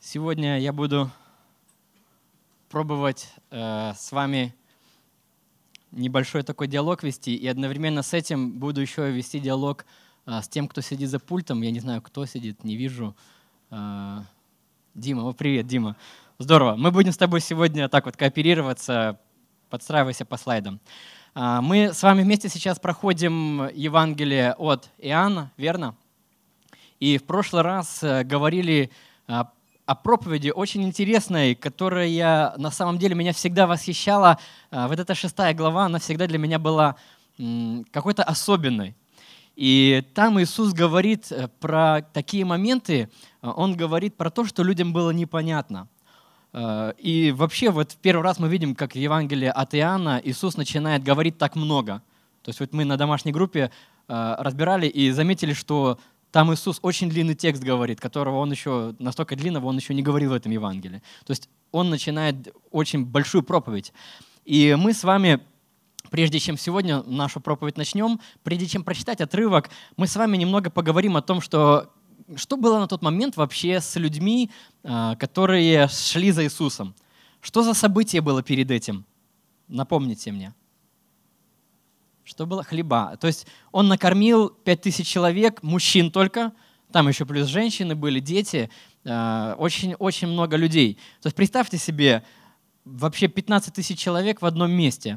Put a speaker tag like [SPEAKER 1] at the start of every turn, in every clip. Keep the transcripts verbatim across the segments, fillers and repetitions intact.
[SPEAKER 1] Сегодня я буду пробовать э, с вами небольшой такой диалог вести, и одновременно с этим буду еще вести диалог э, с тем, кто сидит за пультом. Я не знаю, кто сидит, не вижу. Э, Дима, о, привет, Дима. Здорово. Мы будем с тобой сегодня так вот кооперироваться, подстраивайся по слайдам. Э, мы с вами вместе сейчас проходим Евангелие от Иоанна, верно? И в прошлый раз э, говорили э, о проповеди очень интересной, которая на самом деле меня всегда восхищала. Вот эта шестая глава, она всегда для меня была какой-то особенной. И там Иисус говорит про такие моменты, Он говорит про то, что людям было непонятно. И вообще вот в первый раз мы видим, как в Евангелии от Иоанна Иисус начинает говорить так много. То есть вот мы на домашней группе разбирали и заметили, что там Иисус очень длинный текст говорит, которого он еще, настолько длинного он еще не говорил в этом Евангелии. То есть он начинает очень большую проповедь. И мы с вами, прежде чем сегодня нашу проповедь начнем, прежде чем прочитать отрывок, мы с вами немного поговорим о том, что, что было на тот момент вообще с людьми, которые шли за Иисусом. Что за событие было перед этим? Напомните мне. Что было? Хлеба. То есть он накормил пять тысяч человек, мужчин только, там еще плюс женщины были, дети, очень-очень много людей. То есть представьте себе, вообще пятнадцать тысяч человек в одном месте.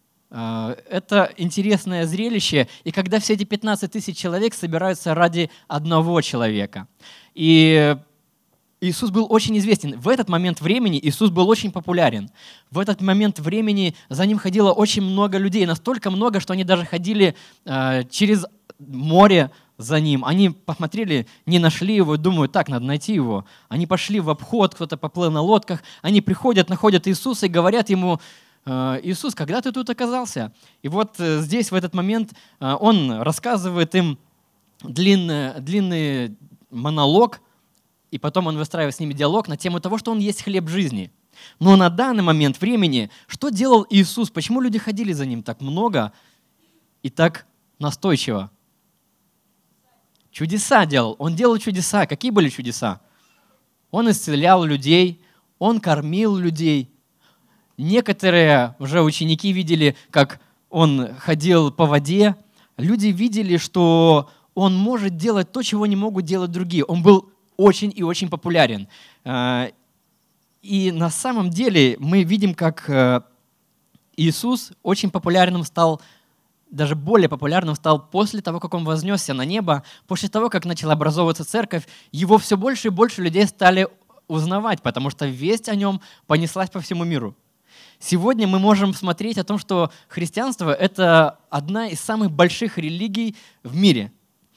[SPEAKER 1] Это интересное зрелище, и когда все эти пятнадцать тысяч человек собираются ради одного человека. И Иисус был очень известен. В этот момент времени Иисус был очень популярен. В этот момент времени за ним ходило очень много людей. Настолько много, что они даже ходили э, через море за ним. Они посмотрели, не нашли его, думают, так, надо найти его. Они пошли в обход, кто-то поплыл на лодках. Они приходят, находят Иисуса и говорят ему: «Иисус, когда ты тут оказался?» И вот э, здесь, в этот момент, э, он рассказывает им длинный, длинный монолог, и потом он выстраивает с ними диалог на тему того, что он есть хлеб жизни. Но на данный момент времени, что делал Иисус? Почему люди ходили за ним так много и так настойчиво? Чудеса делал. Он делал чудеса. Какие были чудеса? Он исцелял людей, он кормил людей. Некоторые уже ученики видели, как он ходил по воде. Люди видели, что он может делать то, чего не могут делать другие. Он был очень и очень популярен. И на самом деле мы видим, как Иисус очень популярным стал, даже более популярным стал после того, как он вознесся на небо, после того, как начала образовываться церковь, его все больше и больше людей стали узнавать, потому что весть о нем понеслась по всему миру. Сегодня мы можем смотреть о том, что христианство — это одна из самых больших религий в мире.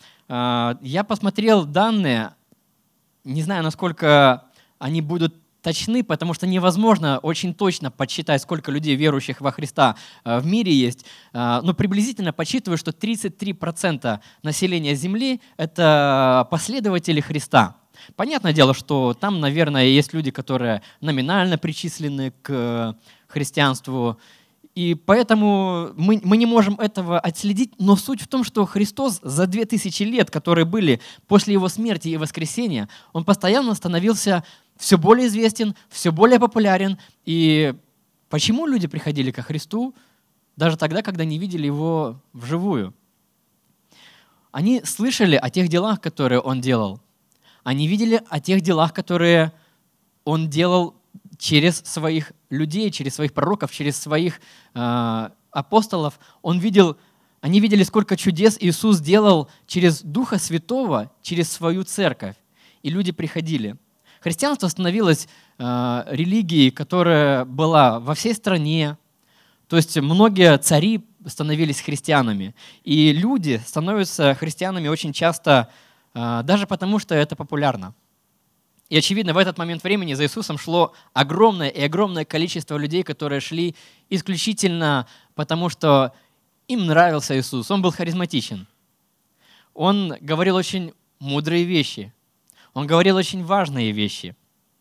[SPEAKER 1] Я посмотрел данные. Не знаю, насколько они будут точны, потому что невозможно очень точно подсчитать, сколько людей, верующих во Христа, в мире есть. Но приблизительно подсчитываю, что тридцать три процента населения Земли — это последователи Христа. Понятное дело, что там, наверное, есть люди, которые номинально причислены к христианству, и поэтому мы, мы не можем этого отследить, но суть в том, что Христос за две тысячи лет, которые были после Его смерти и воскресения, Он постоянно становился все более известен, все более популярен. И почему люди приходили ко Христу даже тогда, когда не видели Его вживую? Они слышали о тех делах, которые Он делал. Они видели о тех делах, которые Он делал через своих людей, через своих пророков, через своих э, апостолов. Он видел, они видели, сколько чудес Иисус делал через Духа Святого, через свою церковь. И люди приходили. Христианство становилось э, религией, которая была во всей стране. То есть многие цари становились христианами. И люди становятся христианами очень часто э, даже потому, что это популярно. И, очевидно, в этот момент времени за Иисусом шло огромное и огромное количество людей, которые шли исключительно потому, что им нравился Иисус. Он был харизматичен. Он говорил очень мудрые вещи. Он говорил очень важные вещи.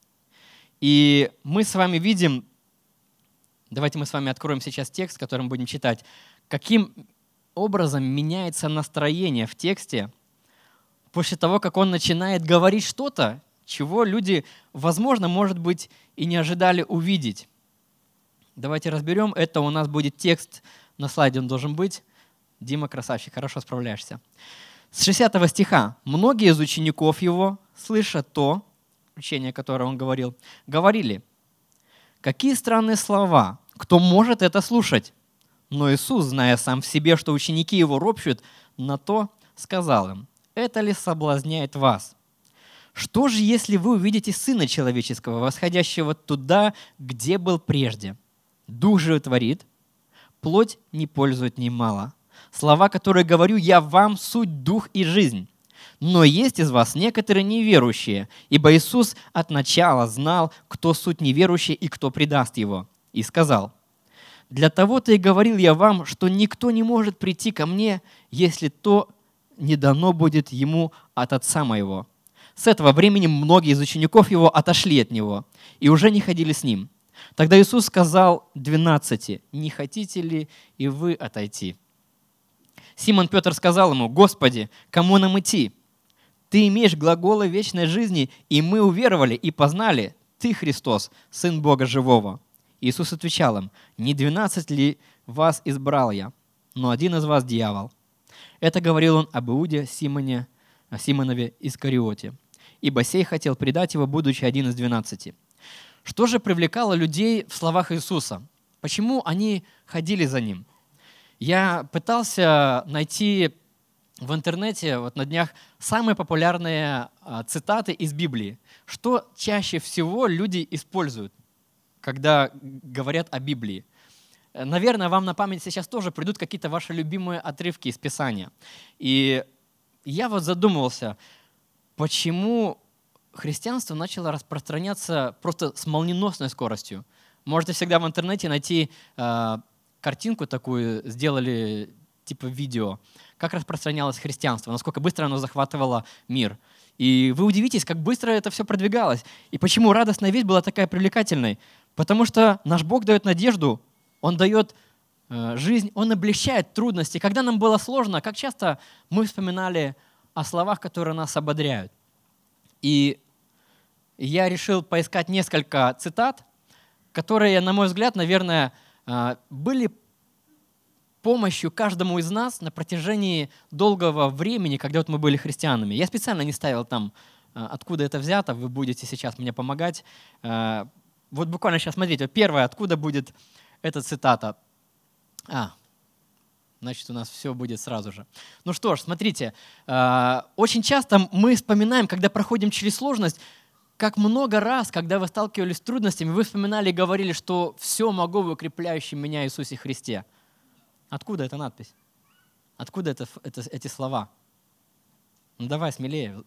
[SPEAKER 1] И мы с вами видим, давайте мы с вами откроем сейчас текст, который мы будем читать, каким образом меняется настроение в тексте после того, как он начинает говорить что-то, чего люди возможно, может быть, и не ожидали увидеть. Давайте разберем. Это у нас будет текст, на слайде он должен быть. Дима, красавчик, хорошо справляешься. С шестидесятого стиха. «Многие из учеников его, слыша то, учение, которое он говорил, говорили: какие странные слова, кто может это слушать? Но Иисус, зная сам в себе, что ученики его ропщут, на то сказал им: это ли соблазняет вас? Что же, если вы увидите Сына Человеческого, восходящего туда, где был прежде? Дух же творит, плоть не пользует немало. Слова, которые говорю я вам, суть дух и жизнь. Но есть из вас некоторые неверующие, ибо Иисус от начала знал, кто суть неверующий и кто предаст его. И сказал: для того-то и говорил я вам, что никто не может прийти ко мне, если то не дано будет ему от Отца моего. С этого времени многие из учеников его отошли от него и уже не ходили с ним. Тогда Иисус сказал двенадцати: не хотите ли и вы отойти? Симон Петр сказал ему: Господи, кому нам идти? Ты имеешь глаголы вечной жизни, и мы уверовали и познали: Ты Христос, Сын Бога Живого. Иисус отвечал им: не двенадцать ли вас избрал я, но один из вас дьявол. Это говорил он об Иуде Симоне, Симонове Искариоте, ибо сей хотел предать его, будучи один из двенадцати. Что же привлекало людей в словах Иисуса? Почему они ходили за Ним? Я пытался найти в интернете вот на днях самые популярные цитаты из Библии. Что чаще всего люди используют, когда говорят о Библии? Наверное, вам на память сейчас тоже придут какие-то ваши любимые отрывки из Писания. И я вот задумывался, почему христианство начало распространяться просто с молниеносной скоростью. Можете всегда в интернете найти э, картинку такую, сделали типа видео, как распространялось христианство, насколько быстро оно захватывало мир. И вы удивитесь, как быстро это все продвигалось. И почему радостная весть была такая привлекательной? Потому что наш Бог дает надежду, Он дает э, жизнь, Он облегчает трудности. Когда нам было сложно, как часто мы вспоминали о словах, которые нас ободряют. И я решил поискать несколько цитат, которые, на мой взгляд, наверное, были помощью каждому из нас на протяжении долгого времени, когда вот мы были христианами. Я специально не ставил там, откуда это взято, вы будете сейчас мне помогать. Вот буквально сейчас смотрите, первое, откуда будет эта цитата. А, значит, у нас все будет сразу же. Ну что ж, смотрите, очень часто мы вспоминаем, когда проходим через сложность, как много раз, когда вы сталкивались с трудностями, вы вспоминали и говорили, что все могу в укрепляющем меня Иисусе Христе. Откуда эта надпись? Откуда это, это, эти слова? Ну давай смелее.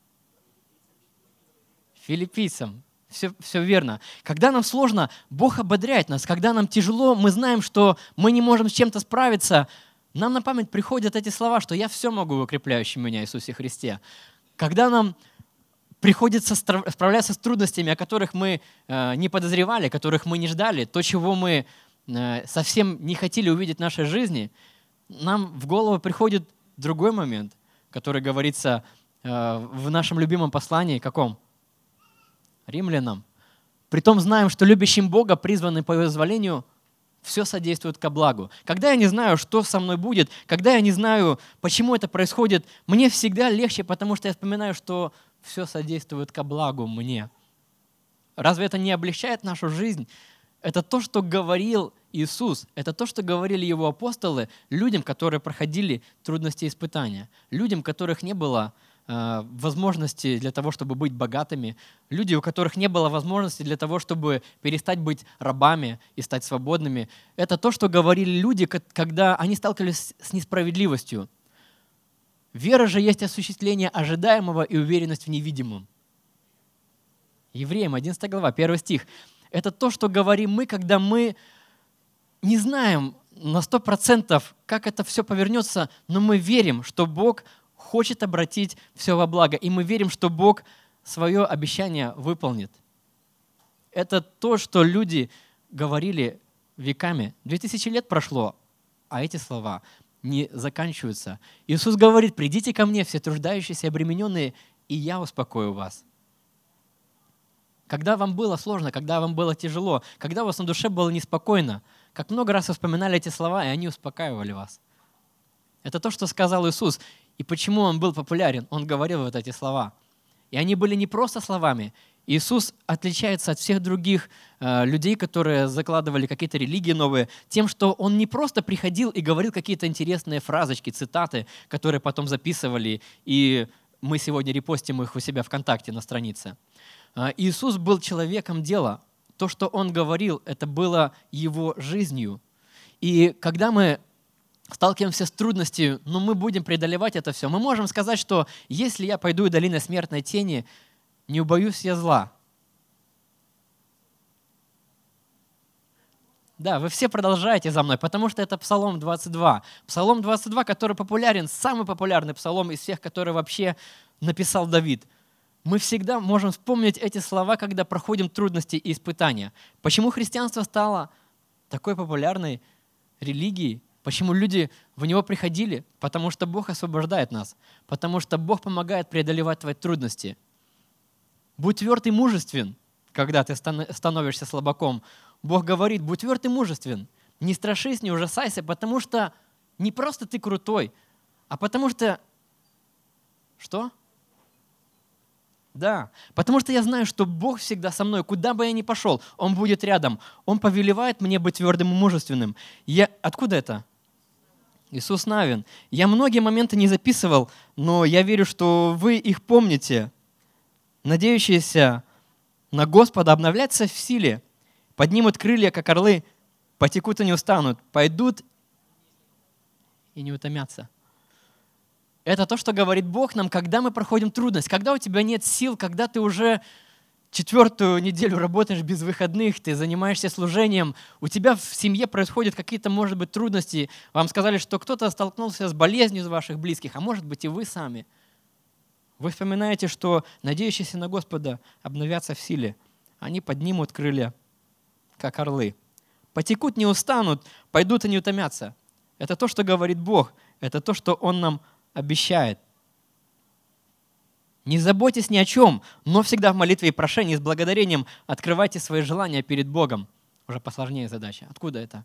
[SPEAKER 1] Филиппийцам. Все, все верно. Когда нам сложно, Бог ободряет нас. Когда нам тяжело, мы знаем, что мы не можем с чем-то справиться. Нам на память приходят эти слова, что я все могу в укрепляющем меня Иисусе Христе. Когда нам приходится справляться с трудностями, о которых мы э, не подозревали, которых мы не ждали, то, чего мы э, совсем не хотели увидеть в нашей жизни, нам в голову приходит другой момент, который говорится э, в нашем любимом послании, каком? Римлянам. Притом знаем, что любящим Бога, призванным по Его изволению, все содействует ко благу. Когда я не знаю, что со мной будет, когда я не знаю, почему это происходит, мне всегда легче, потому что я вспоминаю, что все содействует ко благу мне. Разве это не облегчает нашу жизнь? Это то, что говорил Иисус, это то, что говорили Его апостолы людям, которые проходили трудности и испытания, людям, которых не было э, возможности для того, чтобы быть богатыми, люди, у которых не было возможности для того, чтобы перестать быть рабами и стать свободными. Это то, что говорили люди, когда они сталкивались с несправедливостью. Вера же есть осуществление ожидаемого и уверенность в невидимом. Евреям, одиннадцатая глава, первый стих. Это то, что говорим мы, когда мы не знаем на сто процентов, как это все повернется, но мы верим, что Бог хочет обратить все во благо, и мы верим, что Бог свое обещание выполнит. Это то, что люди говорили веками. Две тысячи лет прошло, а эти слова не заканчиваются. Иисус говорит: придите ко мне, все труждающиеся и обремененные, и я успокою вас. когда вам было сложно, когда вам было тяжело, когда у вас на душе было неспокойно, как много раз вы вспоминали эти слова, и они успокаивали вас. Это то, что сказал Иисус. И почему Он был популярен? Он говорил вот эти слова. И они были не просто словами. Иисус отличается от всех других э, людей, которые закладывали какие-то религии новые, тем, что Он не просто приходил и говорил какие-то интересные фразочки, цитаты, которые потом записывали, и мы сегодня репостим их у себя ВКонтакте на странице. Э, Иисус был человеком дела. То, что Он говорил, это было Его жизнью. И когда мы сталкиваемся с трудностью, но мы будем преодолевать это все, мы можем сказать, что если я пойду в долину смертной тени, не убоюсь я зла. Да, вы все продолжаете за мной, потому что это Псалом двадцать два. Псалом двадцать два, который популярен, самый популярный псалом из всех, которые вообще написал Давид. Мы всегда можем вспомнить эти слова, когда проходим трудности и испытания. Почему христианство стало такой популярной религией? Почему люди в него приходили? Потому что Бог освобождает нас, потому что Бог помогает преодолевать твои трудности. Будь тверд и мужествен, когда ты становишься слабаком. Бог говорит, будь тверд и мужествен, не страшись, не ужасайся, потому что не просто ты крутой, а потому что... Что? Да, потому что я знаю, что Бог всегда со мной, куда бы я ни пошел, Он будет рядом. Он повелевает мне быть твердым и мужественным. Я... Откуда это? Иисус Навин. Я многие моменты не записывал, но я верю, что вы их помните. Надеющиеся на Господа обновляться в силе, поднимут крылья, как орлы, потекут и не устанут, пойдут и не утомятся. Это то, что говорит Бог нам, когда мы проходим трудность, когда у тебя нет сил, когда ты уже четвертую неделю работаешь без выходных, ты занимаешься служением, у тебя в семье происходят какие-то, может быть, трудности, вам сказали, что кто-то столкнулся с болезнью из ваших близких, а может быть и вы сами. Вы вспоминаете, что надеющиеся на Господа обновятся в силе. Они поднимут крылья, как орлы. Потекут, не устанут, пойдут и не утомятся. Это то, что говорит Бог. Это то, что Он нам обещает. Не заботьтесь ни о чем, но всегда в молитве и прошении с благодарением открывайте свои желания перед Богом. Уже посложнее задача. Откуда это?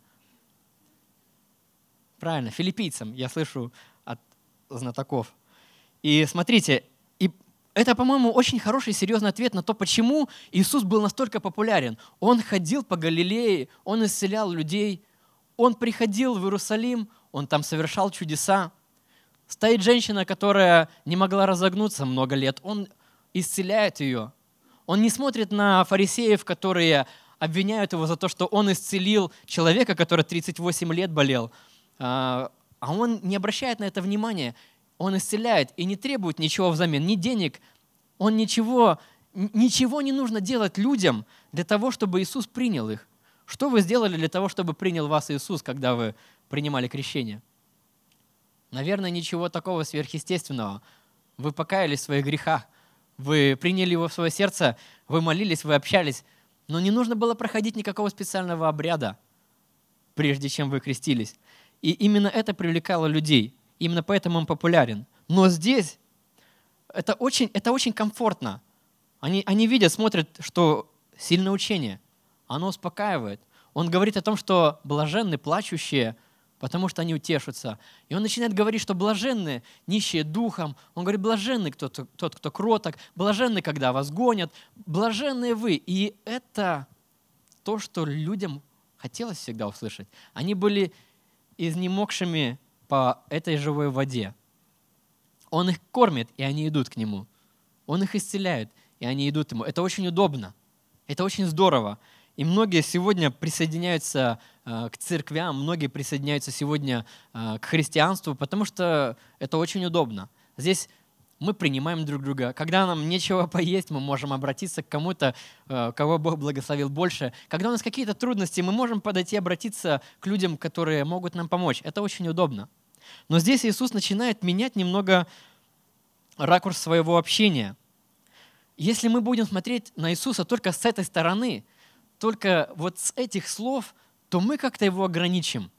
[SPEAKER 1] Правильно, филиппийцам, я слышу от знатоков. И смотрите, и это, по-моему, очень хороший и серьезный ответ на то, почему Иисус был настолько популярен. Он ходил по Галилее, Он исцелял людей, Он приходил в Иерусалим, Он там совершал чудеса. Стоит женщина, которая не могла разогнуться много лет, Он исцеляет ее. Он не смотрит на фарисеев, которые обвиняют Его за то, что Он исцелил человека, который тридцать восемь лет болел. А Он не обращает на это внимания. Он исцеляет и не требует ничего взамен, ни денег. Он ничего, ничего не нужно делать людям для того, чтобы Иисус принял их. Что вы сделали для того, чтобы принял вас Иисус, когда вы принимали крещение? Наверное, ничего такого сверхъестественного. Вы покаялись в своих грехах, вы приняли Его в свое сердце, вы молились, вы общались. Но не нужно было проходить никакого специального обряда, прежде чем вы крестились. И именно это привлекало людей. Именно поэтому Он популярен. Но здесь это очень, это очень комфортно. Они, они видят, смотрят, что сильное учение, оно успокаивает. Он говорит о том, что блаженны плачущие, потому что они утешатся. И Он начинает говорить, что блаженны нищие духом. Он говорит, блаженны тот, тот, кто кроток, блаженны, когда вас гонят, блаженные вы. И это то, что людям хотелось всегда услышать. Они были изнемогшими по этой живой воде. Он их кормит, и они идут к Нему. Он их исцеляет, и они идут Ему. Это очень удобно. Это очень здорово. И многие сегодня присоединяются э, к церквям, многие присоединяются сегодня э, к христианству, потому что это очень удобно. Здесь мы принимаем друг друга. Когда нам нечего поесть, мы можем обратиться к кому-то, э, кого Бог благословил больше. Когда у нас какие-то трудности, мы можем подойти и обратиться к людям, которые могут нам помочь. Это очень удобно. Но здесь Иисус начинает менять немного ракурс своего общения. Если мы будем смотреть на Иисуса только с этой стороны, только вот с этих слов, то мы как-то Его ограничим.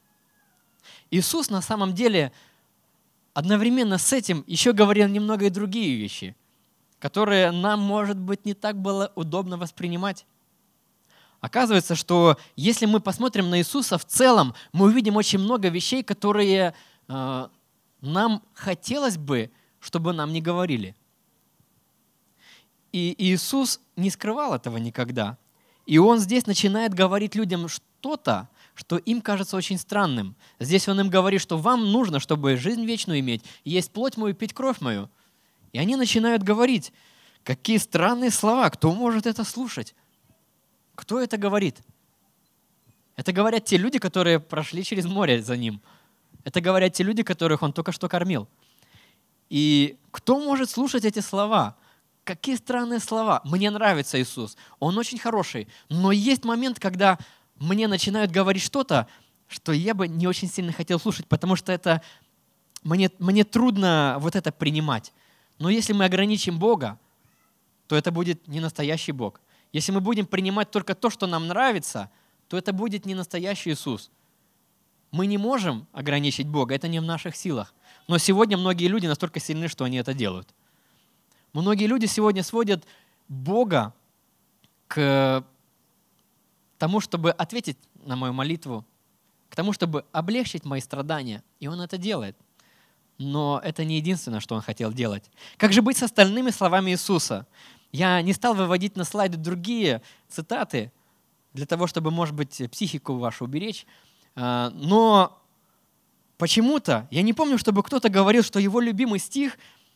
[SPEAKER 1] Иисус на самом деле одновременно с этим еще говорил немного и другие вещи. которые нам, может быть, не так было удобно воспринимать. Оказывается, что если мы посмотрим на Иисуса в целом, мы увидим очень много вещей, которые э, нам хотелось бы, чтобы нам не говорили. И Иисус не скрывал этого никогда. И Он здесь начинает говорить людям что-то, что им кажется очень странным. Здесь Он им говорит, что вам нужно, чтобы жизнь вечную иметь, есть плоть мою, пить кровь мою. И они начинают говорить, какие странные слова, кто может это слушать? Кто это говорит? Это говорят те люди, которые прошли через море за Ним. Это говорят те люди, которых Он только что кормил. И кто может слушать эти слова? Какие странные слова. Мне нравится Иисус. Он очень хороший. Но есть момент, когда мне начинают говорить что-то, что я бы не очень сильно хотел слушать, потому что это мне, мне трудно вот это принимать. Но если мы ограничим Бога, то это будет не настоящий Бог. Если мы будем принимать только то, что нам нравится, то это будет не настоящий Иисус. Мы не можем ограничить Бога, это не в наших силах. Но сегодня многие люди настолько сильны, что они это делают. Многие люди сегодня сводят Бога к тому, чтобы ответить на мою молитву, к тому, чтобы облегчить мои страдания. И Он это делает. Но это не единственное, что Он хотел делать. Как же быть с остальными словами Иисуса? Я не стал выводить на слайды другие цитаты, для того, чтобы, может быть, психику вашу уберечь. Но почему-то, я не помню, чтобы кто-то говорил, что его любимый стих,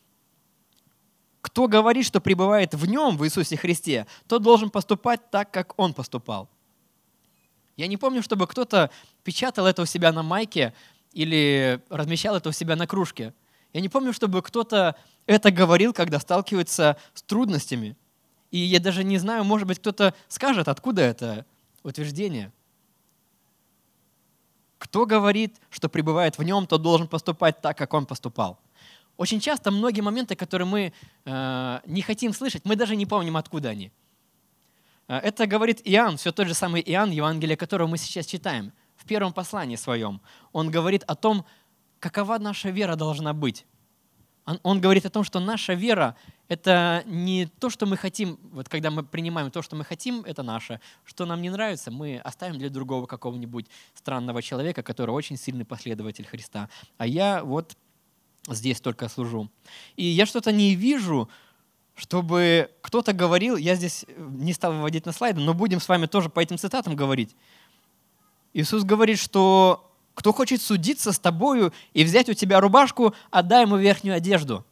[SPEAKER 1] кто говорит, что пребывает в Нем, в Иисусе Христе, тот должен поступать так, как Он поступал. Я не помню, чтобы кто-то печатал это у себя на майке или размещал это у себя на кружке. Я не помню, чтобы кто-то это говорил, когда сталкивается с трудностями. И я даже не знаю, может быть, кто-то скажет, откуда это утверждение. Кто говорит, что пребывает в Нем, тот должен поступать так, как Он поступал. Очень часто многие моменты, которые мы э, не хотим слышать, мы даже не помним, откуда они. Это говорит Иоанн, все тот же самый Иоанн, Евангелие которого мы сейчас читаем, в первом послании своем. Он говорит о том, какова наша вера должна быть. Он, он говорит о том, что наша вера — это не то, что мы хотим, вот когда мы принимаем то, что мы хотим, это наше. Что нам не нравится, мы оставим для другого какого-нибудь странного человека, который очень сильный последователь Христа. А я вот здесь только служу. И я что-то не вижу, чтобы кто-то говорил, я здесь не стал выводить на слайды, но будем с вами тоже по этим цитатам говорить. Иисус говорит, что кто хочет судиться с тобою и взять у тебя рубашку, отдай ему верхнюю одежду.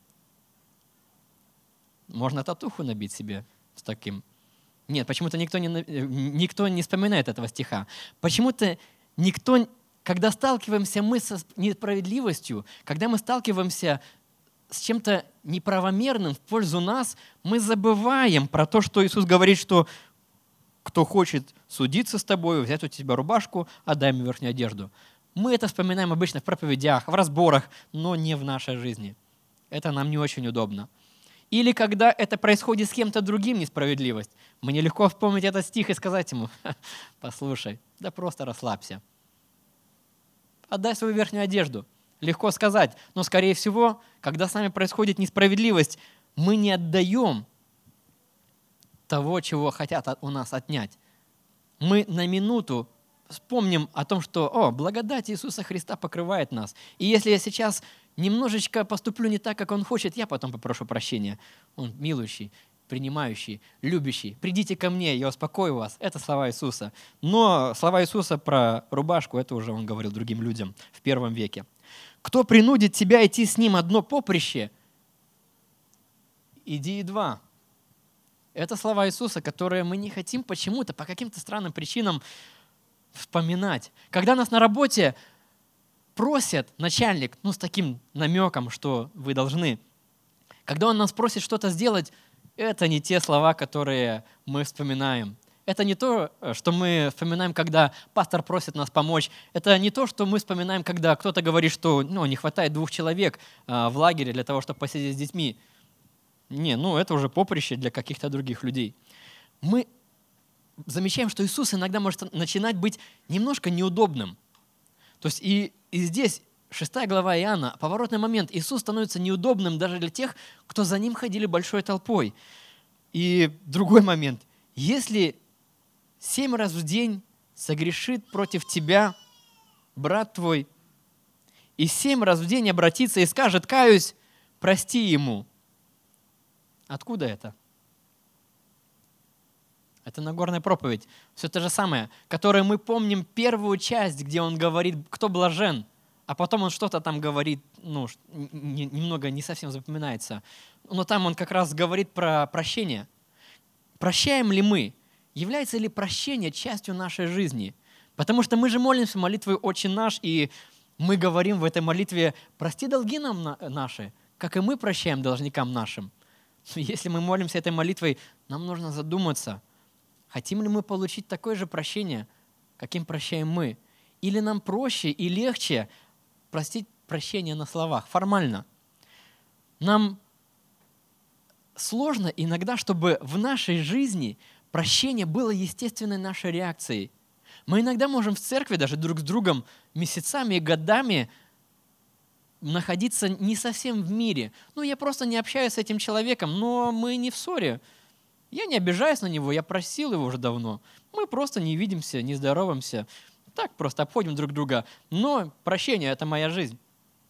[SPEAKER 1] Можно татуху набить себе с таким. Нет, почему-то никто не, никто не вспоминает этого стиха. Почему-то никто, когда сталкиваемся мы со несправедливостью, когда мы сталкиваемся с чем-то неправомерным в пользу нас, мы забываем про то, что Иисус говорит, что кто хочет судиться с тобой, взять у тебя рубашку, отдай ему верхнюю одежду. Мы это вспоминаем обычно в проповедях, в разборах, но не в нашей жизни. Это нам не очень удобно. Или когда это происходит с кем-то другим, несправедливость. Мне легко вспомнить этот стих и сказать ему: послушай, да просто расслабься. Отдай свою верхнюю одежду. Легко сказать, но, скорее всего, когда с нами происходит несправедливость, мы не отдаем того, чего хотят у нас отнять. Мы на минуту вспомним о том, что «О, благодать Иисуса Христа покрывает нас». И если я сейчас немножечко поступлю не так, как Он хочет, я потом попрошу прощения. Он милующий, принимающий, любящий. «Придите ко мне, я успокою вас». Это слова Иисуса. Но слова Иисуса про рубашку, это уже Он говорил другим людям в первом веке. «Кто принудит тебя идти с ним одно поприще, иди и два». Это слова Иисуса, которые мы не хотим почему-то, по каким-то странным причинам вспоминать. Когда нас на работе просит начальник, ну, с таким намеком, что вы должны, когда он нас просит что-то сделать, это не те слова, которые мы вспоминаем. Это не то, что мы вспоминаем, когда пастор просит нас помочь. Это не то, что мы вспоминаем, когда кто-то говорит, что ну, не хватает двух человек в лагере для того, чтобы посидеть с детьми. Не, ну это уже поприще для каких-то других людей. Мы замечаем, что Иисус иногда может начинать быть немножко неудобным. То есть и, и здесь шестая глава Иоанна, поворотный момент. Иисус становится неудобным даже для тех, кто за ним ходили большой толпой. И другой момент. Если семь раз в день согрешит против тебя брат твой, и семь раз в день обратится и скажет: «Каюсь», прости ему. Откуда это? Это Нагорная проповедь. Все то же самое, которое мы помним первую часть, где он говорит, кто блажен, а потом он что-то там говорит, ну, немного не совсем запоминается. Но там он как раз говорит про прощение. Прощаем ли мы? Является ли прощение частью нашей жизни? Потому что мы же молимся молитвой «Отче наш», и мы говорим в этой молитве: «Прости долги нам наши, как и мы прощаем должникам нашим». Если мы молимся этой молитвой, нам нужно задуматься, хотим ли мы получить такое же прощение, каким прощаем мы? Или нам проще и легче простить прощение на словах, формально? Нам сложно иногда, чтобы в нашей жизни прощение было естественной нашей реакцией. Мы иногда можем в церкви даже друг с другом месяцами и годами находиться не совсем в мире. Ну, я просто не общаюсь с этим человеком, но мы не в ссоре. Я не обижаюсь на него, я просил его уже давно. Мы просто не видимся, не здороваемся. Так просто обходим друг друга. Но прощение – это моя жизнь.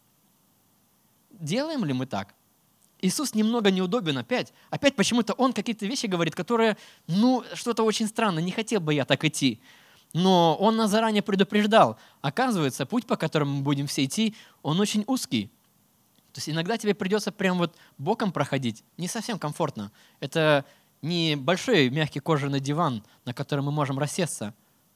[SPEAKER 1] Делаем ли мы так? Иисус немного неудобен опять. Опять почему-то Он какие-то вещи говорит, которые, ну, что-то очень странно. Не хотел бы я так идти. Но Он нас заранее предупреждал. Оказывается, путь, по которому мы будем все идти, он очень узкий. То есть иногда тебе придется прям вот боком проходить. Не совсем комфортно. Это не большой мягкий кожаный диван, на котором мы можем рассесться.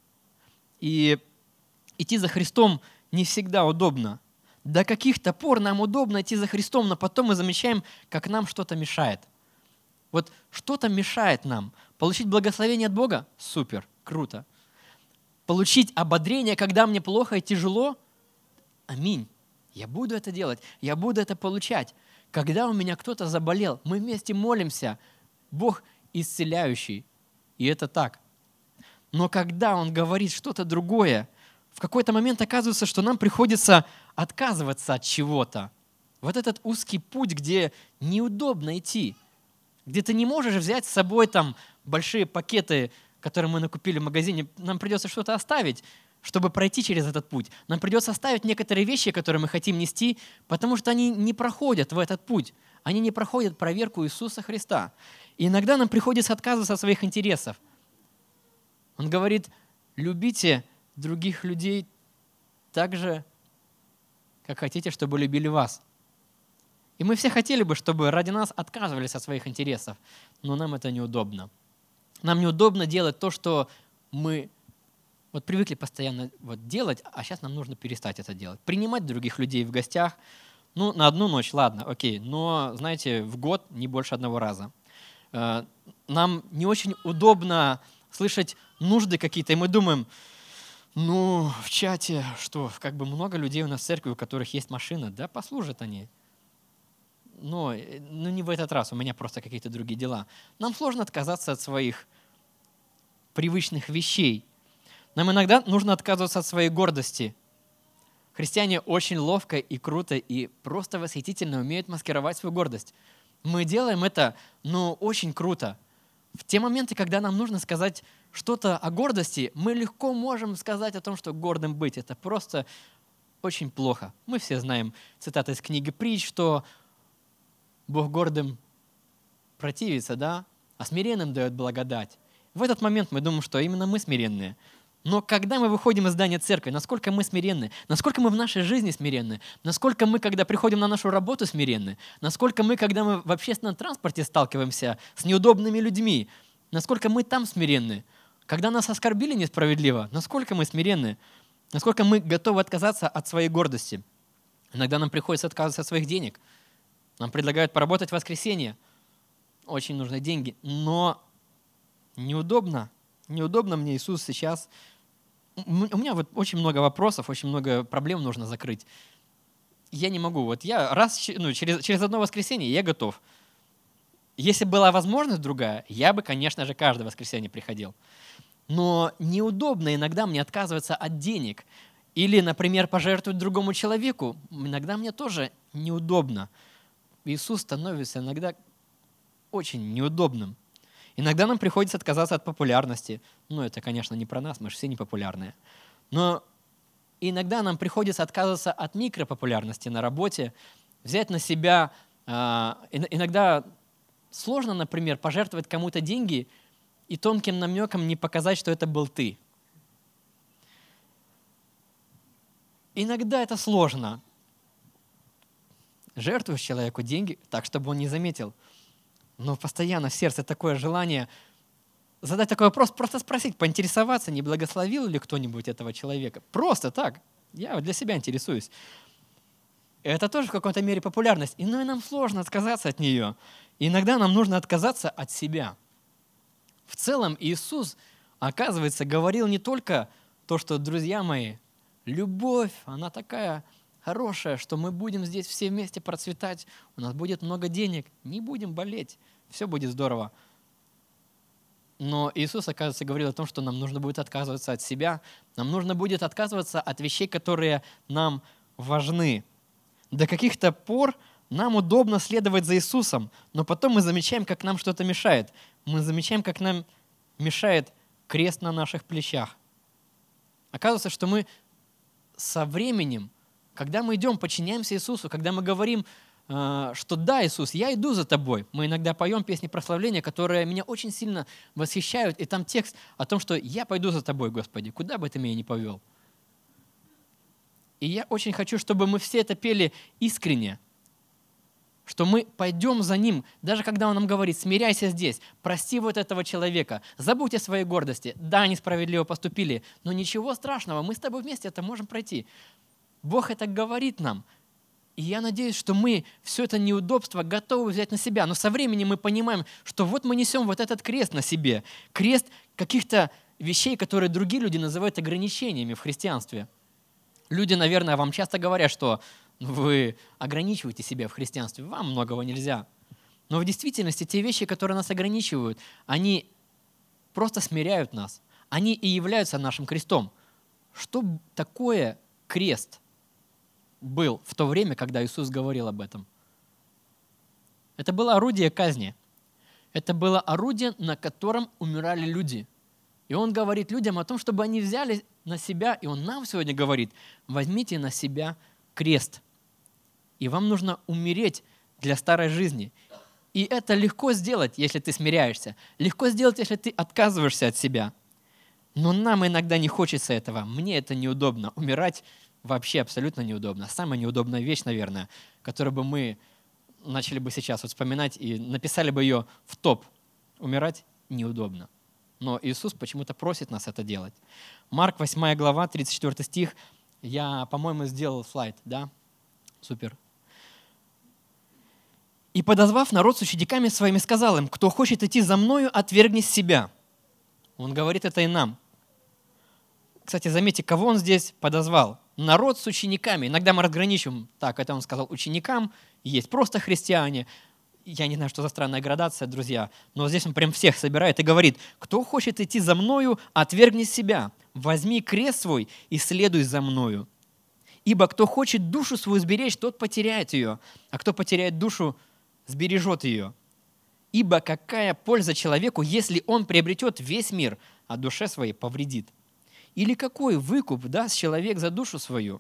[SPEAKER 1] И идти за Христом не всегда удобно. До каких-то пор нам удобно идти за Христом, но потом мы замечаем, как нам что-то мешает. Вот что-то мешает нам. Получить благословение от Бога? Супер, круто. Получить ободрение, когда мне плохо и тяжело? Аминь. Я буду это делать, я буду это получать. Когда у меня кто-то заболел, мы вместе молимся. Бог исцеляющий. И это так. Но когда Он говорит что-то другое, в какой-то момент оказывается, что нам приходится отказываться от чего-то. Вот этот узкий путь, где неудобно идти, где ты не можешь взять с собой там большие пакеты, которые мы накупили в магазине, нам придется что-то оставить, чтобы пройти через этот путь. Нам придется оставить некоторые вещи, которые мы хотим нести, потому что они не проходят в этот путь. Они не проходят проверку Иисуса Христа. И иногда нам приходится отказываться от своих интересов. Он говорит: любите других людей так же, как хотите, чтобы любили вас. И мы все хотели бы, чтобы ради нас отказывались от своих интересов, но нам это неудобно. Нам неудобно делать то, что мы вот привыкли постоянно вот делать, а сейчас нам нужно перестать это делать. Принимать других людей в гостях, ну, на одну ночь, ладно, окей, но, знаете, в год не больше одного раза. Нам не очень удобно слышать нужды какие-то, и мы думаем: ну, в чате, что, как бы много людей у нас в церкви, у которых есть машина, да, послужат они. Но ну, не в этот раз, у меня просто какие-то другие дела. Нам сложно отказаться от своих привычных вещей. Нам иногда нужно отказываться от своей гордости. Христиане очень ловко и круто и просто восхитительно умеют маскировать свою гордость. Мы делаем это, но очень круто. В те моменты, когда нам нужно сказать что-то о гордости, мы легко можем сказать о том, что гордым быть — это просто очень плохо. Мы все знаем цитаты из книги Притч, что Бог гордым противится, да, а смиренным дает благодать. В этот момент мы думаем, что именно мы смиренные. Но когда мы выходим из здания церкви, насколько мы смиренны, насколько мы в нашей жизни смиренны, насколько мы, когда приходим на нашу работу, смиренны, насколько мы, когда мы в общественном транспорте сталкиваемся с неудобными людьми, насколько мы там смиренны, когда нас оскорбили несправедливо, насколько мы смиренны, насколько мы готовы отказаться от своей гордости. Иногда нам приходится отказываться от своих денег. Нам предлагают поработать в воскресенье. Очень нужны деньги, но неудобно. Неудобно мне Иисус сейчас. У меня вот очень много вопросов, очень много проблем нужно закрыть. Я не могу. Вот я раз, ну, через, через одно воскресенье я готов. Если была возможность другая, я бы, конечно же, каждое воскресенье приходил. Но неудобно иногда мне отказываться от денег. Или, например, пожертвовать другому человеку. Иногда мне тоже неудобно. Иисус становится иногда очень неудобным. Иногда нам приходится отказаться от популярности. Ну, это, конечно, не про нас, мы же все непопулярные. Но иногда нам приходится отказываться от микропопулярности на работе, взять на себя... Э, иногда сложно, например, пожертвовать кому-то деньги и тонким намеком не показать, что это был ты. Иногда это сложно. Жертвуешь человеку деньги так, чтобы он не заметил. Но постоянно в сердце такое желание задать такой вопрос, просто спросить, поинтересоваться, не благословил ли кто-нибудь этого человека. Просто так. Я для себя интересуюсь. Это тоже в какой-то мере популярность. И, ну, и нам сложно отказаться от нее. И иногда нам нужно отказаться от себя. В целом Иисус, оказывается, говорил не только то, что, друзья мои, любовь, она такая хорошая, что мы будем здесь все вместе процветать, у нас будет много денег, не будем болеть, все будет здорово. Но Иисус, оказывается, говорил о том, что нам нужно будет отказываться от себя, нам нужно будет отказываться от вещей, которые нам важны. До каких-то пор нам удобно следовать за Иисусом, но потом мы замечаем, как нам что-то мешает. Мы замечаем, как нам мешает крест на наших плечах. Оказывается, что мы со временем, когда мы идем, подчиняемся Иисусу, когда мы говорим, что да, Иисус, я иду за тобой. Мы иногда поем песни прославления, которые меня очень сильно восхищают, и там текст о том, что я пойду за тобой, Господи, куда бы ты меня ни повел. И я очень хочу, чтобы мы все это пели искренне, что мы пойдем за Ним, даже когда Он нам говорит, смиряйся здесь, прости вот этого человека, забудь о своей гордости. Да, они справедливо поступили, но ничего страшного, мы с тобой вместе это можем пройти. Бог это говорит нам. И я надеюсь, что мы все это неудобство готовы взять на себя. Но со временем мы понимаем, что вот мы несем вот этот крест на себе. Крест каких-то вещей, которые другие люди называют ограничениями в христианстве. Люди, наверное, вам часто говорят, что вы ограничиваете себя в христианстве, вам многого нельзя. Но в действительности те вещи, которые нас ограничивают, они просто смиряют нас. Они и являются нашим крестом. Что такое крест был в то время, когда Иисус говорил об этом? Это было орудие казни. Это было орудие, на котором умирали люди. И Он говорит людям о том, чтобы они взяли на себя, и Он нам сегодня говорит, возьмите на себя крест. И вам нужно умереть для старой жизни. И это легко сделать, если ты смиряешься. Легко сделать, если ты отказываешься от себя. Но нам иногда не хочется этого. Мне это неудобно. Умирать вообще абсолютно неудобно. Самая неудобная вещь, наверное, которую бы мы начали бы сейчас вот вспоминать и написали бы ее в топ. Умирать неудобно. Но Иисус почему-то просит нас это делать. Марк, восьмая глава, тридцать четвёртый стих. Я, по-моему, сделал слайд, да? Супер. «И, подозвав народ с учениками своими, сказал им, кто хочет идти за мною, отвергни себя». Он говорит это и нам. Кстати, заметьте, кого он здесь подозвал? Народ с учениками. Иногда мы разграничиваем. Так, это он сказал ученикам, есть просто христиане. Я не знаю, что за странная градация, друзья, но здесь он прям всех собирает и говорит, кто хочет идти за мною, отвергни себя, возьми крест свой и следуй за мною. Ибо кто хочет душу свою сберечь, тот потеряет ее, а кто потеряет душу, сбережет ее. Ибо какая польза человеку, если он приобретет весь мир, а душе своей повредит? Или какой выкуп даст человек за душу свою?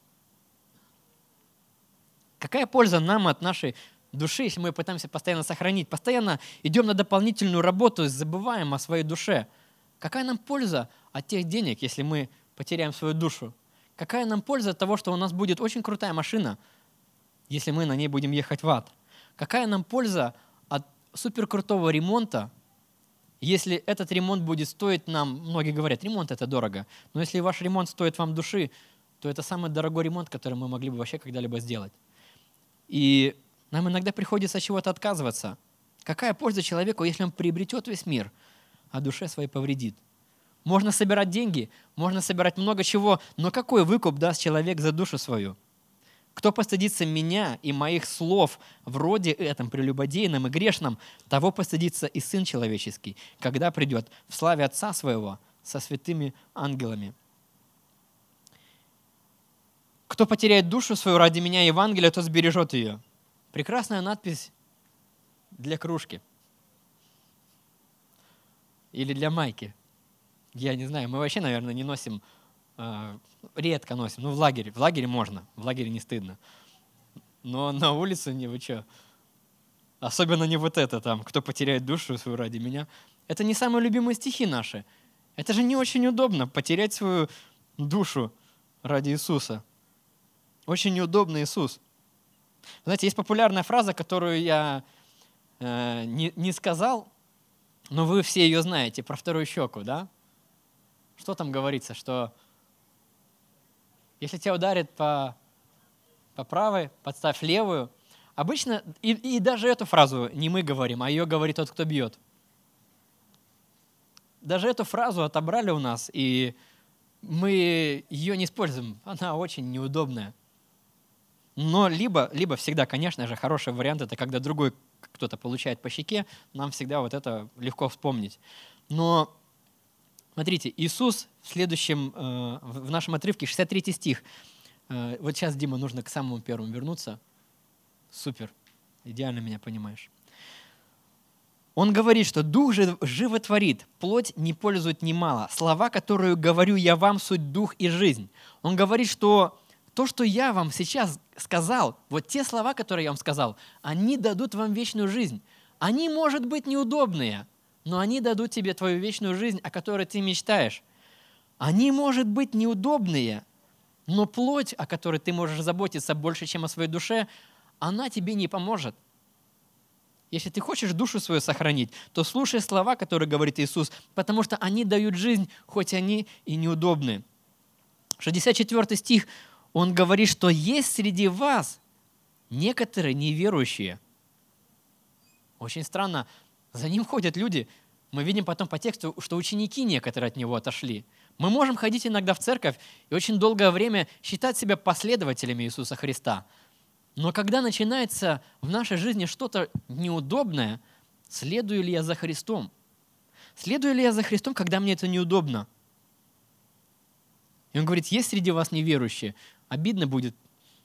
[SPEAKER 1] Какая польза нам от нашей души, если мы пытаемся постоянно сохранить, постоянно идем на дополнительную работу и забываем о своей душе? Какая нам польза от тех денег, если мы потеряем свою душу? Какая нам польза от того, что у нас будет очень крутая машина, если мы на ней будем ехать в ад? Какая нам польза от суперкрутого ремонта, если этот ремонт будет стоить нам, многие говорят, ремонт это дорого, но если ваш ремонт стоит вам души, то это самый дорогой ремонт, который мы могли бы вообще когда-либо сделать. И нам иногда приходится от чего-то отказываться. Какая польза человеку, если он приобретет весь мир, а душе своей повредит? Можно собирать деньги, можно собирать много чего, но какой выкуп даст человек за душу свою? Кто постыдится меня и моих слов в роде этом прелюбодейном и грешном, того постыдится и Сын Человеческий, когда придет в славе Отца Своего со святыми ангелами. Кто потеряет душу свою ради меня и Евангелия, тот сбережет ее. Прекрасная надпись для кружки. Или для майки. Я не знаю, мы вообще, наверное, не носим, э, редко носим. Ну, в лагере. В лагере можно, в лагере не стыдно. Но на улице не вы что. Особенно не вот это там, кто потеряет душу свою ради меня. Это не самые любимые стихи наши. Это же не очень удобно, потерять свою душу ради Иисуса. Очень неудобно Иисус. Знаете, есть популярная фраза, которую я э, не, не сказал, но вы все ее знаете, про вторую щеку, да? Что там говорится, что если тебя ударит по, по правой, подставь левую. Обычно, и, и даже эту фразу не мы говорим, а ее говорит тот, кто бьет. Даже эту фразу отобрали у нас, и мы ее не используем. Она очень неудобная. Но либо, либо всегда, конечно же, хороший вариант – это когда другой кто-то получает по щеке, нам всегда вот это легко вспомнить. Но смотрите, Иисус в следующем, э, в нашем отрывке, шестьдесят третий стих. Э, вот сейчас, Дима, нужно к самому первому вернуться. Супер, идеально меня понимаешь. Он говорит, что дух животворит, плоть не пользует немало. Слова, которые говорю я вам, суть дух и жизнь. Он говорит, что то, что я вам сейчас сказал, вот те слова, которые я вам сказал, они дадут вам вечную жизнь. Они, может быть, неудобные, но они дадут тебе твою вечную жизнь, о которой ты мечтаешь. Они, может быть, неудобные, но плоть, о которой ты можешь заботиться больше, чем о своей душе, она тебе не поможет. Если ты хочешь душу свою сохранить, то слушай слова, которые говорит Иисус, потому что они дают жизнь, хоть они и неудобны. шестьдесят четвёртый стих, он говорит, что есть среди вас некоторые неверующие. Очень странно, за ним ходят люди. Мы видим потом по тексту, что ученики некоторые от него отошли. Мы можем ходить иногда в церковь и очень долгое время считать себя последователями Иисуса Христа. Но когда начинается в нашей жизни что-то неудобное, следую ли я за Христом? Следую ли я за Христом, когда мне это неудобно? И он говорит, есть среди вас неверующие. Обидно будет,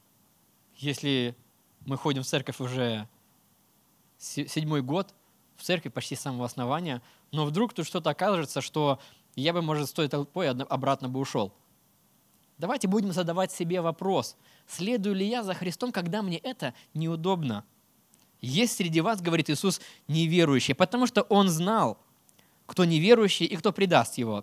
[SPEAKER 1] если мы ходим в церковь уже седьмой год, в церкви почти с самого основания, но вдруг тут что-то окажется, что я бы, может, с той толпой обратно бы ушел. Давайте будем задавать себе вопрос, следую ли я за Христом, когда мне это неудобно? Есть среди вас, говорит Иисус, неверующие, потому что Он знал, кто неверующий и кто предаст его.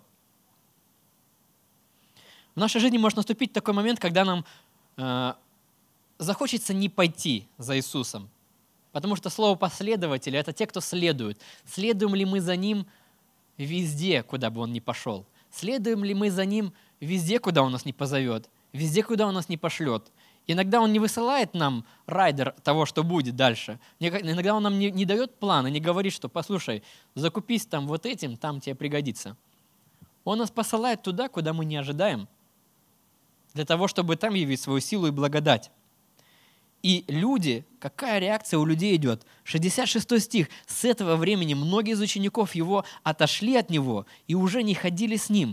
[SPEAKER 1] В нашей жизни может наступить такой момент, когда нам э, захочется не пойти за Иисусом, потому что слово «последователи» — это те, кто следует. Следуем ли мы за Ним везде, куда бы Он ни пошел? Следуем ли мы за Ним везде, куда Он нас не позовет? Везде, куда Он нас не пошлет? Иногда Он не высылает нам райдер того, что будет дальше. Иногда Он нам не, не дает плана, не говорит, что послушай, закупись там вот этим, там тебе пригодится. Он нас посылает туда, куда мы не ожидаем, для того, чтобы там явить свою силу и благодать. И люди, какая реакция у людей идет? шестьдесят шестой стих. С этого времени многие из учеников Его отошли от Него и уже не ходили с Ним.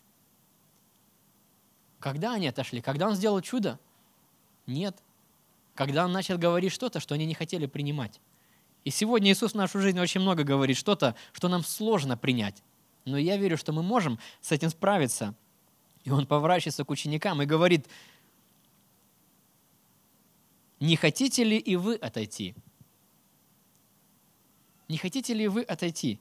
[SPEAKER 1] Когда они отошли? Когда Он сделал чудо? Нет. Когда Он начал говорить что-то, что они не хотели принимать. И сегодня Иисус в нашу жизнь очень много говорит что-то, что нам сложно принять. Но я верю, что мы можем с этим справиться. И Он поворачивается к ученикам и говорит, не хотите ли и вы отойти? Не хотите ли вы отойти?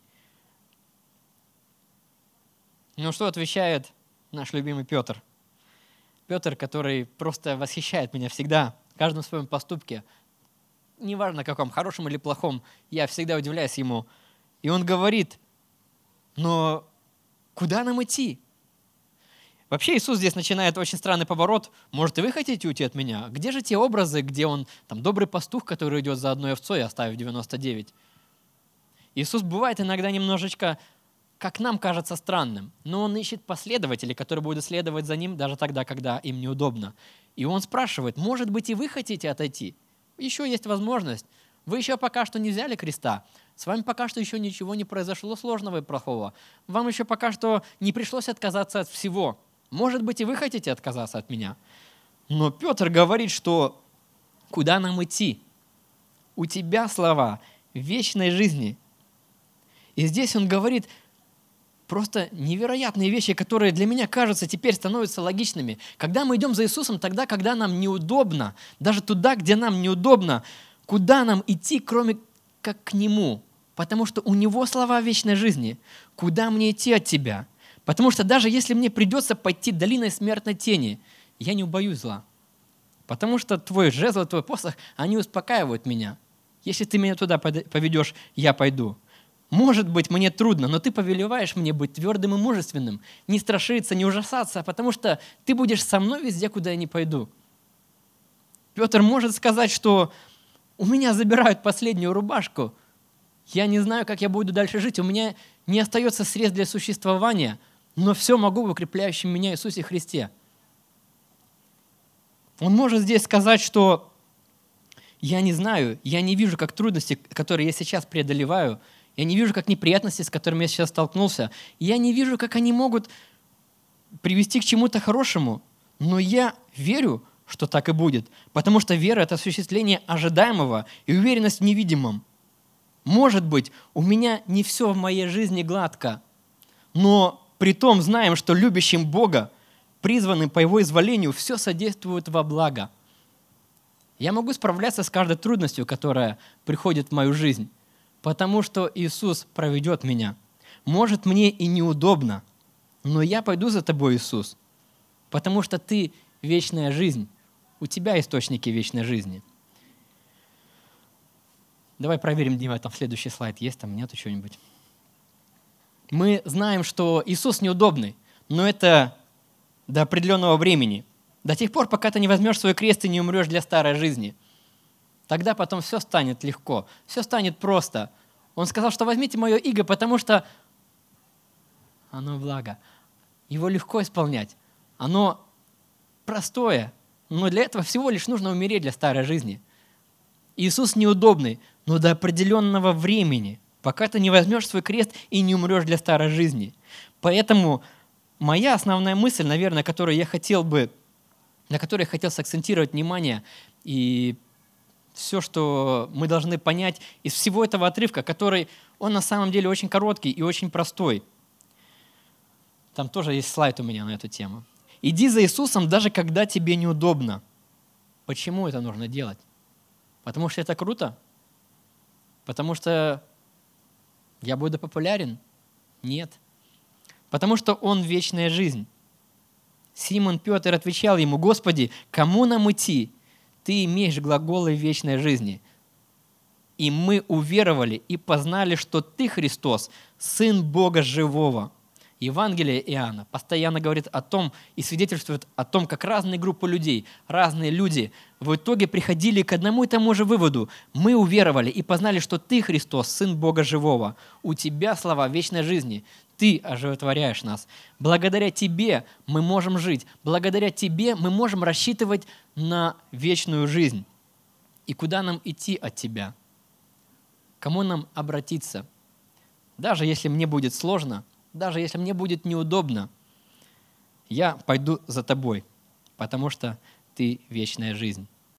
[SPEAKER 1] Ну что отвечает наш любимый Петр? Петр, который просто восхищает меня всегда, в каждом своем поступке. Неважно каком, хорошем или плохом, я всегда удивляюсь ему. И он говорит, но куда нам идти? Вообще Иисус здесь начинает очень странный поворот. Может, и вы хотите уйти от меня? Где же те образы, где он, там, добрый пастух, который идет за одной овцой, оставив девяносто девять? Иисус бывает иногда немножечко, как нам кажется, странным, но Он ищет последователей, которые будут следовать за Ним даже тогда, когда им неудобно. И Он спрашивает, может быть, и вы хотите отойти? Еще есть возможность. Вы еще пока что не взяли креста. С вами пока что еще ничего не произошло сложного и плохого. Вам еще пока что не пришлось отказаться от всего. Может быть, и вы хотите отказаться от меня. Но Петр говорит, что куда нам идти? У тебя слова вечной жизни. И здесь он говорит просто невероятные вещи, которые для меня кажутся теперь становятся логичными. Когда мы идем за Иисусом, тогда, когда нам неудобно, даже туда, где нам неудобно, куда нам идти, кроме как к Нему? Потому что у Него слова вечной жизни. Куда мне идти от Тебя? Потому что даже если мне придется пойти долиной смертной тени, я не убоюсь зла. Потому что Твой жезл, Твой посох, они успокаивают меня. Если Ты меня туда поведешь, я пойду. Может быть, мне трудно, но Ты повелеваешь мне быть твердым и мужественным, не страшиться, не ужасаться, потому что Ты будешь со мной везде, куда я не пойду. Петр может сказать, что у меня забирают последнюю рубашку, я не знаю, как я буду дальше жить, у меня не остается средств для существования, но все могу в укрепляющем меня Иисусе Христе. Он может здесь сказать, что я не знаю, я не вижу, как трудности, которые я сейчас преодолеваю, я не вижу, как неприятности, с которыми я сейчас столкнулся, я не вижу, как они могут привести к чему-то хорошему, но я верю, что так и будет, потому что вера – это осуществление ожидаемого и уверенность в невидимом. Может быть, у меня не все в моей жизни гладко, но при том знаем, что любящим Бога, призванным по Его изволению, все содействует во благо. Я могу справляться с каждой трудностью, которая приходит в мою жизнь, потому что Иисус проведет меня. Может, мне и неудобно, но я пойду за Тобой, Иисус, потому что Ты – вечная жизнь. У Тебя источники вечной жизни. Давай проверим, Дима, там следующий слайд есть, там нету чего-нибудь. Мы знаем, что Иисус неудобный, но это до определенного времени. До тех пор, пока ты не возьмешь свой крест и не умрешь для старой жизни. Тогда потом все станет легко, все станет просто. Он сказал, что возьмите мое иго, потому что оно благо. Его легко исполнять. Оно простое, но для этого всего лишь нужно умереть для старой жизни. Иисус неудобный, но до определенного времени, пока ты не возьмешь свой крест и не умрешь для старой жизни. Поэтому моя основная мысль, наверное, которую я хотел бы, на которой я хотел сакцентировать внимание, и все, что мы должны понять из всего этого отрывка, который, он на самом деле очень короткий и очень простой. Там тоже есть слайд у меня на эту тему. Иди за Иисусом, даже когда тебе неудобно. Почему это нужно делать? Потому что это круто? Потому что я буду популярен? Нет. Потому что Он вечная жизнь. Симон Петр отвечал ему: «Господи, кому нам идти? Ты имеешь глаголы вечной жизни. И мы уверовали и познали, что Ты, Христос, Сын Бога Живого». Евангелие Иоанна постоянно говорит о том и свидетельствует о том, как разные группы людей, разные люди в итоге приходили к одному и тому же выводу. Мы уверовали и познали, что Ты, Христос, Сын Бога Живого. У Тебя слова вечной жизни. Ты оживотворяешь нас. Благодаря Тебе мы можем жить. Благодаря Тебе мы можем рассчитывать на вечную жизнь. И куда нам идти от Тебя? К кому нам обратиться? Даже если мне будет сложно, даже если мне будет неудобно, я пойду за Тобой, потому что Ты вечная жизнь.